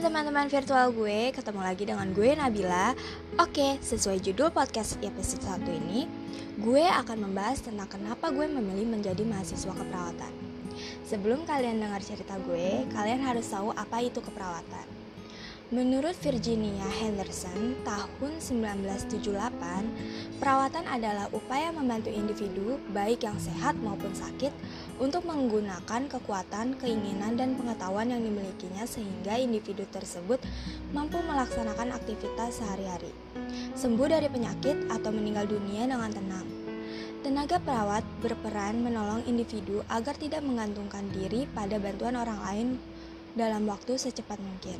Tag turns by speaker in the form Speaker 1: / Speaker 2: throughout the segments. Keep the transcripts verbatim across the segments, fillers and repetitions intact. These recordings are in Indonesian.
Speaker 1: teman-teman virtual gue, ketemu lagi dengan gue Nabila. Oke, sesuai judul podcast episode satu ini, gue akan membahas tentang kenapa gue memilih menjadi mahasiswa keperawatan. Sebelum kalian dengar cerita gue, kalian harus tahu apa itu keperawatan. Menurut Virginia Henderson tahun sembilan belas tujuh puluh delapan, perawatan adalah upaya membantu individu baik yang sehat maupun sakit untuk menggunakan kekuatan, keinginan, dan pengetahuan yang dimilikinya sehingga individu tersebut mampu melaksanakan aktivitas sehari-hari, sembuh dari penyakit atau meninggal dunia dengan tenang. Tenaga perawat berperan menolong individu agar tidak menggantungkan diri pada bantuan orang lain dalam waktu secepat mungkin.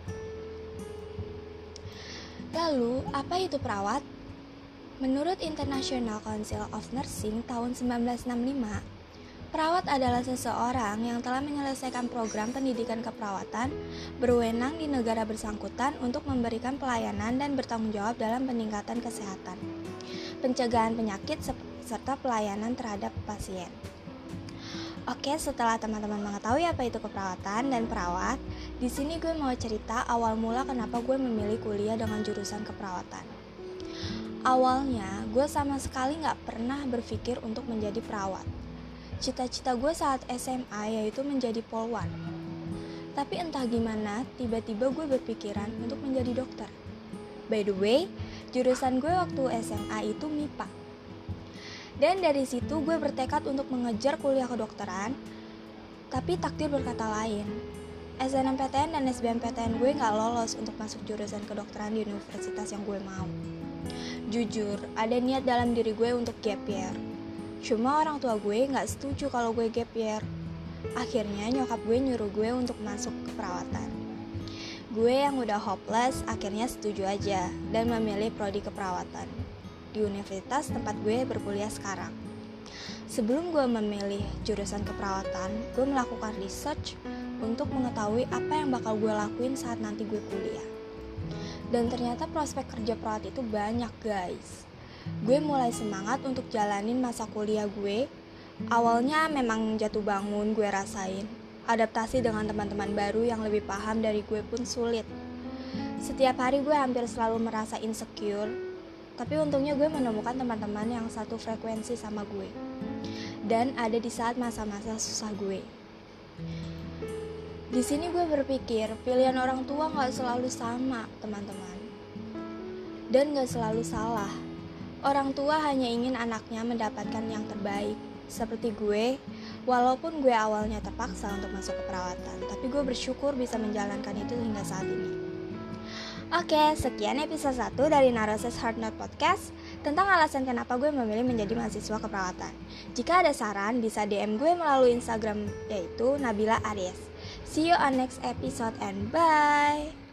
Speaker 1: Lalu, apa itu perawat? Menurut International Council of Nursing tahun sembilan belas enam puluh lima, perawat adalah seseorang yang telah menyelesaikan program pendidikan keperawatan, berwenang di negara bersangkutan untuk memberikan pelayanan dan bertanggung jawab dalam peningkatan kesehatan, pencegahan penyakit, serta pelayanan terhadap pasien. Oke, setelah teman-teman mengetahui apa itu keperawatan dan perawat, di sini gue mau cerita awal mula kenapa gue memilih kuliah dengan jurusan keperawatan. Awalnya, gue sama sekali gak pernah berpikir untuk menjadi perawat. Cita-cita gue saat S M A yaitu menjadi polwan. Tapi entah gimana, tiba-tiba gue berpikiran untuk menjadi dokter. By the way, jurusan gue waktu S M A itu M I P A. Dan dari situ gue bertekad untuk mengejar kuliah kedokteran, tapi takdir berkata lain. S N M P T N dan S B M P T N gue gak lolos untuk masuk jurusan kedokteran di universitas yang gue mau. Jujur, ada niat dalam diri gue untuk gap year. Cuma orang tua gue gak setuju kalau gue gap year. Akhirnya nyokap gue nyuruh gue untuk masuk keperawatan. Gue yang udah hopeless akhirnya setuju aja dan memilih prodi keperawatan di universitas tempat gue berkuliah sekarang. Sebelum gue memilih jurusan keperawatan, gue melakukan research untuk mengetahui apa yang bakal gue lakuin saat nanti gue kuliah. Dan ternyata prospek kerja perawat itu banyak, guys. Gue mulai semangat untuk jalanin masa kuliah gue. Awalnya memang jatuh bangun gue rasain. Adaptasi dengan teman-teman baru yang lebih paham dari gue pun sulit. Setiap hari gue hampir selalu merasa insecure. Tapi untungnya gue menemukan teman-teman yang satu frekuensi sama gue. Dan ada di saat masa-masa susah gue. Di sini gue berpikir pilihan orang tua gak selalu sama, teman-teman. Dan gak selalu salah. Orang tua hanya ingin anaknya mendapatkan yang terbaik. Seperti gue, walaupun gue awalnya terpaksa untuk masuk keperawatan, tapi gue bersyukur bisa menjalankan itu hingga saat ini. Oke, sekian episode satu dari Naroses Heart Note Podcast tentang alasan kenapa gue memilih menjadi mahasiswa keperawatan. Jika ada saran, bisa D M gue melalui Instagram yaitu Nabila Aries. See you on next episode and bye!